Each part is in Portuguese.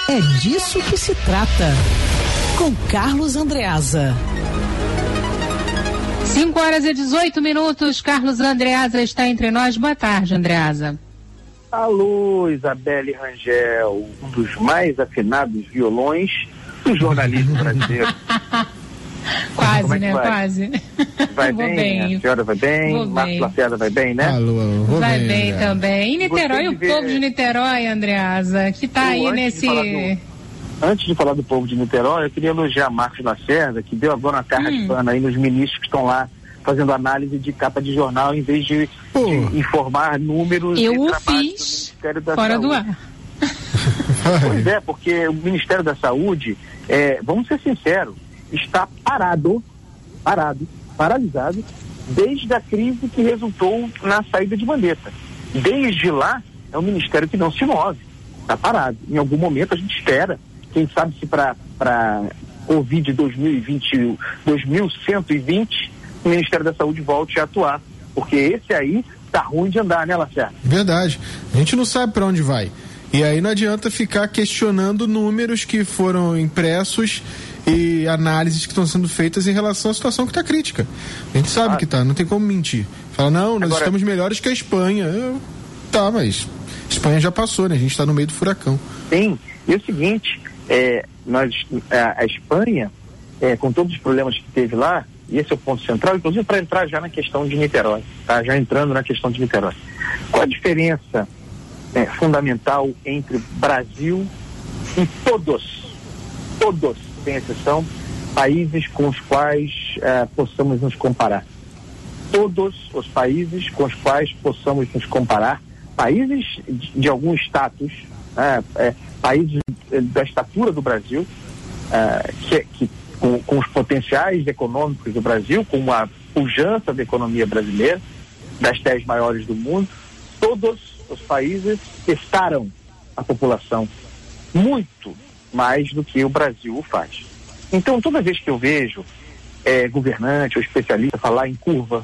É disso que se trata. Com Carlos Andreasa. 5h18. Carlos Andreasa está entre nós. Boa tarde, Andreasa. Alô, Isabelle Rangel, um dos mais afinados violões do jornalismo brasileiro. Quase, né? Quase. Vai bem? A senhora vai bem? Marcos Lacerda vai bem, né? Alô, vai bem também. E Niterói, o povo de Niterói, Andreasa, que tá aí nesse... Antes de falar do povo de Niterói, eu queria elogiar Marcos Lacerda, que deu agora uma carga de pano aí nos ministros que estão lá fazendo análise de capa de jornal, em vez de informar números. Eu o fiz fora do ar. Pois é, porque o Ministério da Saúde, vamos ser sinceros, está paralisado, desde a crise que resultou na saída de Mandetta. Desde lá, é um ministério que não se move, está parado. Em algum momento a gente espera, quem sabe se para Covid 2020, 2120, o Ministério da Saúde volte a atuar, porque esse aí tá ruim de andar, né, Lacerda? Verdade, a gente não sabe para onde vai. E aí não adianta ficar questionando números que foram impressos e análises que estão sendo feitas em relação à situação que está crítica. A gente sabe que tá, não tem como mentir. Fala, não, nós estamos melhores que a Espanha. Tá, mas a Espanha já passou, né? A gente está no meio do furacão. Sim, e o seguinte, a Espanha, com todos os problemas que teve lá, e esse é o ponto central, inclusive para entrar já na questão de Niterói, tá? Já entrando na questão de Niterói. Qual a diferença fundamental entre Brasil e todos, sem exceção, países com os quais possamos nos comparar? Todos os países com os quais possamos nos comparar, países de algum status, países da estatura do Brasil, com os potenciais econômicos do Brasil, com a pujança da economia brasileira, das 10 maiores do mundo, todos os países testaram a população muito mais do que o Brasil o faz. Então, toda vez que eu vejo governante ou especialista falar em curva,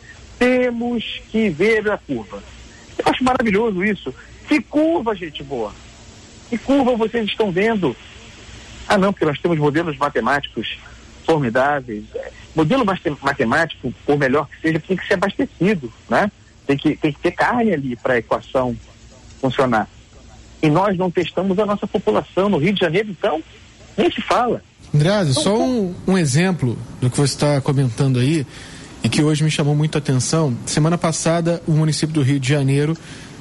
temos que ver a curva. Eu acho maravilhoso isso. Que curva, gente boa? Que curva vocês estão vendo? Ah, não, porque nós temos modelos matemáticos formidáveis. Modelo matemático, por melhor que seja, tem que ser abastecido, né? Tem que ter carne ali para a equação funcionar. E nós não testamos a nossa população no Rio de Janeiro, então nem se fala. Andreasa, então, só um exemplo do que você está comentando aí e que hoje me chamou muito a atenção. Semana passada, o município do Rio de Janeiro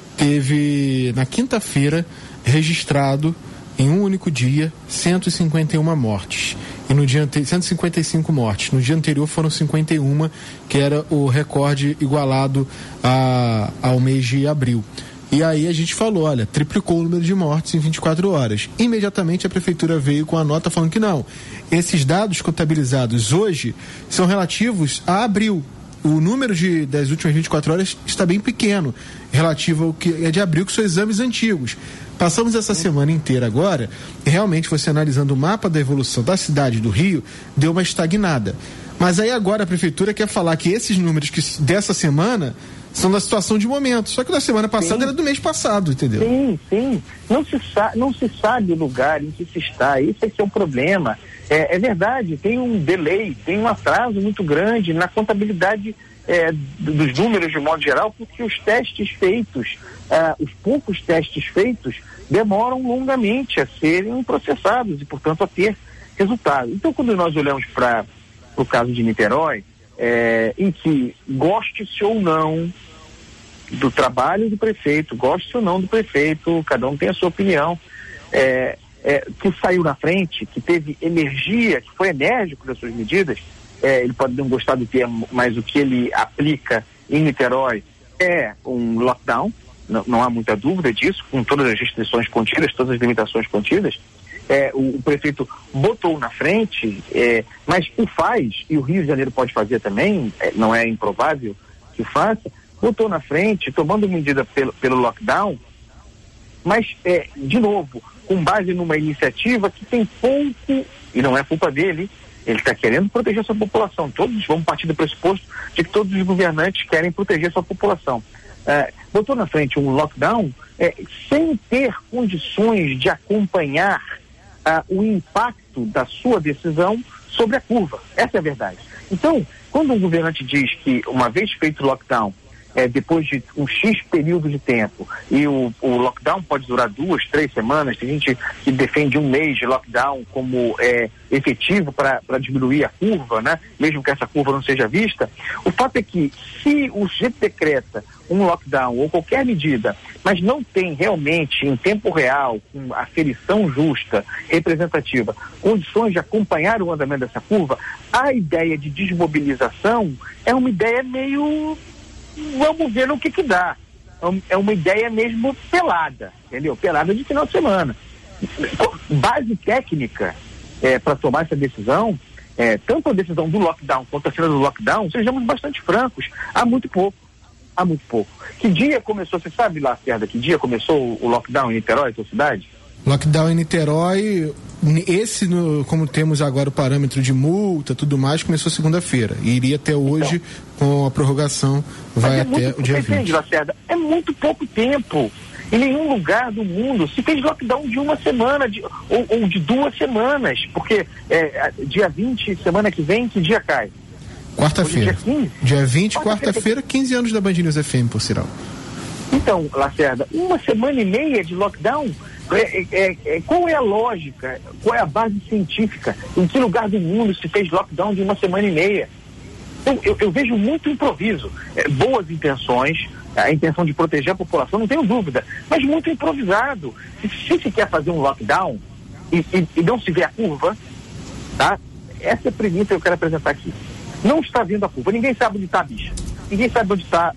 teve, na quinta-feira, registrado em um único dia 151 mortes. E no dia 155 mortes. No dia anterior foram 51, que era o recorde igualado ao mês de abril. E aí a gente falou, olha, triplicou o número de mortes em 24 horas. Imediatamente a prefeitura veio com a nota falando que não. Esses dados contabilizados hoje são relativos a abril. O número das últimas 24 horas está bem pequeno, relativo ao que é de abril, que são exames antigos. Passamos essa semana inteira agora, e realmente você analisando o mapa da evolução da cidade do Rio, deu uma estagnada. Mas aí agora a prefeitura quer falar que esses números dessa semana são da situação de momento, só que da semana passada era do mês passado, entendeu? Sim. Não se sabe o lugar em que se está, esse aqui é o problema. É verdade, tem um delay, tem um atraso muito grande na contabilidade dos números de modo geral, porque os testes feitos, os poucos testes feitos, demoram longamente a serem processados e, portanto, a ter resultado. Então, quando nós olhamos para o caso de Niterói, em que goste-se ou não do trabalho do prefeito, goste-se ou não do prefeito, cada um tem a sua opinião, que saiu na frente, que teve energia, que foi enérgico das suas medidas, ele pode não gostar do termo, mas o que ele aplica em Niterói é um lockdown, não há muita dúvida disso, com todas as restrições contidas, todas as limitações contidas. O prefeito botou na frente, mas o faz, e o Rio de Janeiro pode fazer também, não é improvável que o faça, botou na frente, tomando medida pelo lockdown, mas, de novo, com base numa iniciativa que tem pouco, e não é culpa dele, ele está querendo proteger sua população. Todos vão partir do pressuposto de que todos os governantes querem proteger sua população. Botou na frente um lockdown sem ter condições de acompanhar o impacto da sua decisão sobre a curva. Essa é a verdade. Então, quando o governante diz que, uma vez feito o lockdown, depois de um X período de tempo, e o lockdown pode durar 2, 3 semanas, tem gente que defende um mês de lockdown como efetivo para diminuir a curva, né? Mesmo que essa curva não seja vista, o fato é que se o sujeito decreta um lockdown ou qualquer medida, mas não tem realmente em tempo real, com aferição justa, representativa, condições de acompanhar o andamento dessa curva, a ideia de desmobilização é uma ideia meio... vamos ver no que dá. É uma ideia mesmo pelada, entendeu? Pelada de final de semana. Base técnica para tomar essa decisão, tanto a decisão do lockdown quanto a cena do lockdown, sejamos bastante francos, há muito pouco. Que dia começou, você sabe, Lacerda, que dia começou o lockdown em Niterói, sua cidade? Lockdown em Niterói, como temos agora o parâmetro de multa, tudo mais, começou segunda-feira e iria até hoje, com a prorrogação, vai até o dia 20. Lacerda, é muito pouco tempo. Em nenhum lugar do mundo se fez lockdown de uma semana, ou de 2 semanas, porque dia 20, semana que vem, que dia cai? Quarta-feira. Dia 20, quarta-feira, 15 anos da Band News FM, por sinal. Então, Lacerda, 1 semana e meia de lockdown, qual é a lógica, qual é a base científica? Em que lugar do mundo se fez lockdown de 1 semana e meia? Então, eu vejo muito improviso, boas intenções, a intenção de proteger a população, não tenho dúvida, mas muito improvisado. Se quer fazer um lockdown e não se vê a curva, tá? Essa é a premissa que eu quero apresentar aqui. Não está vendo a curva, ninguém sabe onde está a bicha, ninguém sabe onde está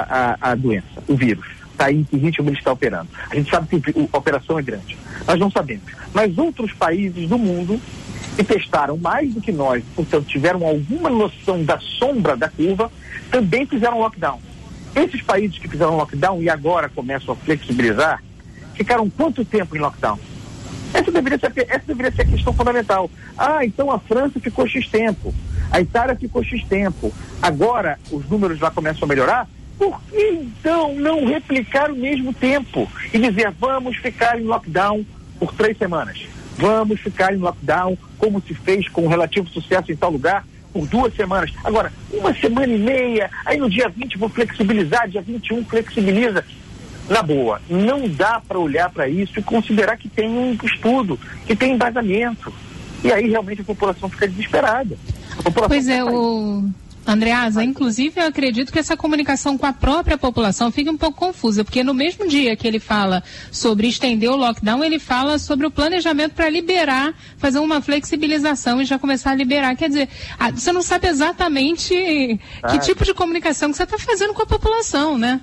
a doença, o vírus, está em que ritmo ele está operando. A gente sabe que a operação é grande, nós não sabemos. Mas outros países do mundo que testaram mais do que nós, portanto tiveram alguma noção da sombra da curva, também fizeram lockdown. Esses países que fizeram lockdown e agora começam a flexibilizar, ficaram quanto tempo em lockdown? Essa deveria ser a questão fundamental. Então a França ficou X tempo, a Itália ficou X tempo, agora os números lá começam a melhorar, por que então não replicar o mesmo tempo e dizer, vamos ficar em lockdown por 3 semanas, vamos ficar em lockdown como se fez com relativo sucesso em tal lugar, por 2 semanas, agora 1 semana e meia, aí no dia 20 vou flexibilizar, dia 21 flexibiliza. Na boa, não dá para olhar para isso e considerar que tem um estudo, que tem embasamento. E aí realmente a população fica desesperada. Pois é, Andreasa, inclusive eu acredito que essa comunicação com a própria população fica um pouco confusa, porque no mesmo dia que ele fala sobre estender o lockdown, ele fala sobre o planejamento para liberar, fazer uma flexibilização e já começar a liberar. Quer dizer, você não sabe exatamente que tipo de comunicação que você está fazendo com a população, né?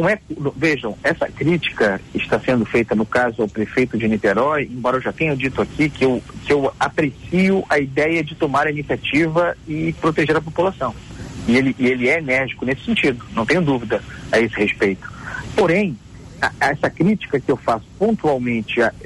Vejam, essa crítica está sendo feita no caso ao prefeito de Niterói, embora eu já tenha dito aqui que eu aprecio a ideia de tomar a iniciativa e proteger a população. E ele é enérgico nesse sentido, não tenho dúvida a esse respeito. Porém, essa crítica que eu faço pontualmente a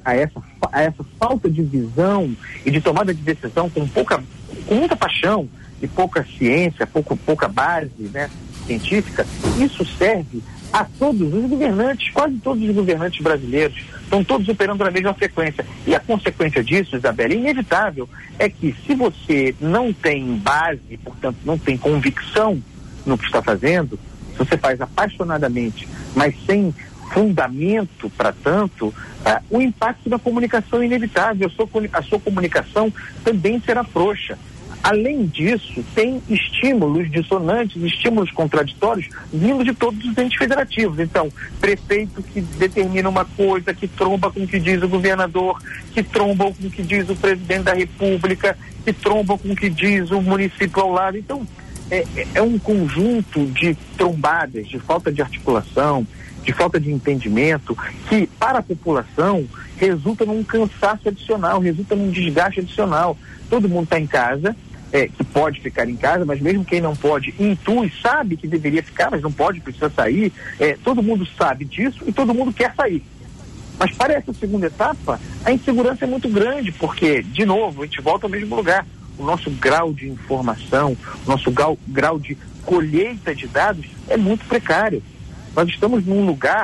essa falta de visão e de tomada de decisão com muita paixão e pouca ciência, pouca base, né, científica, isso serve a todos os governantes, quase todos os governantes brasileiros, estão todos operando na mesma frequência. E a consequência disso, Isabela, inevitável, é que se você não tem base, portanto não tem convicção no que está fazendo, se você faz apaixonadamente, mas sem fundamento para tanto, o impacto da comunicação é inevitável, a sua comunicação também será frouxa. Além disso, tem estímulos dissonantes, estímulos contraditórios vindo de todos os entes federativos. Então, prefeito que determina uma coisa, que tromba com o que diz o governador, que tromba com o que diz o presidente da República, que tromba com o que diz o município ao lado. Então, é um conjunto de trombadas, de falta de articulação, de falta de entendimento, que para a população resulta num cansaço adicional, resulta num desgaste adicional. Todo mundo está em casa, que pode ficar em casa, mas mesmo quem não pode, intui, sabe que deveria ficar, mas não pode, precisa sair. Todo mundo sabe disso e todo mundo quer sair. Mas para essa segunda etapa, a insegurança é muito grande, porque, de novo, a gente volta ao mesmo lugar. O nosso grau de informação, o nosso grau de colheita de dados é muito precário. Nós estamos num lugar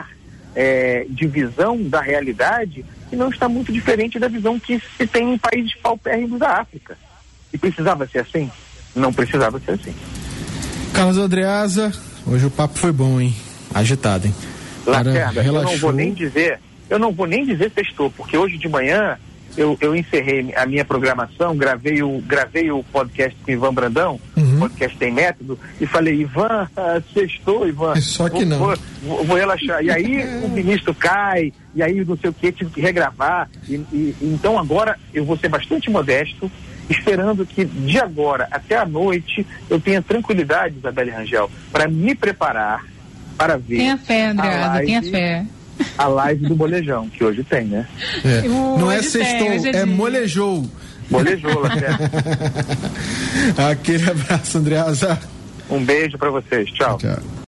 de visão da realidade que não está muito diferente da visão que se tem em países paupérrimos da África. E precisava ser assim? Não precisava ser assim. Carlos Andreasa, hoje o papo foi bom, hein? Agitado, hein? Lacerda, eu não vou nem dizer sextou, porque hoje de manhã eu encerrei a minha programação, gravei o podcast com Ivan Brandão, podcast Tem Método, e falei, Ivan, sextou, Ivan. Só que não. Vou relaxar. E aí o ministro cai, e aí não sei o que, tive que regravar. Então agora eu vou ser bastante modesto, esperando que de agora até a noite eu tenha tranquilidade, Isabelle Rangel, para me preparar para ver. Tenha fé, Andreasa, tenha fé. A live do molejão, que hoje tem, né? Não é sextou, é molejou. Molejou, Lacerda. Aquele abraço, Andreasa. Um beijo para vocês. Tchau. Tchau.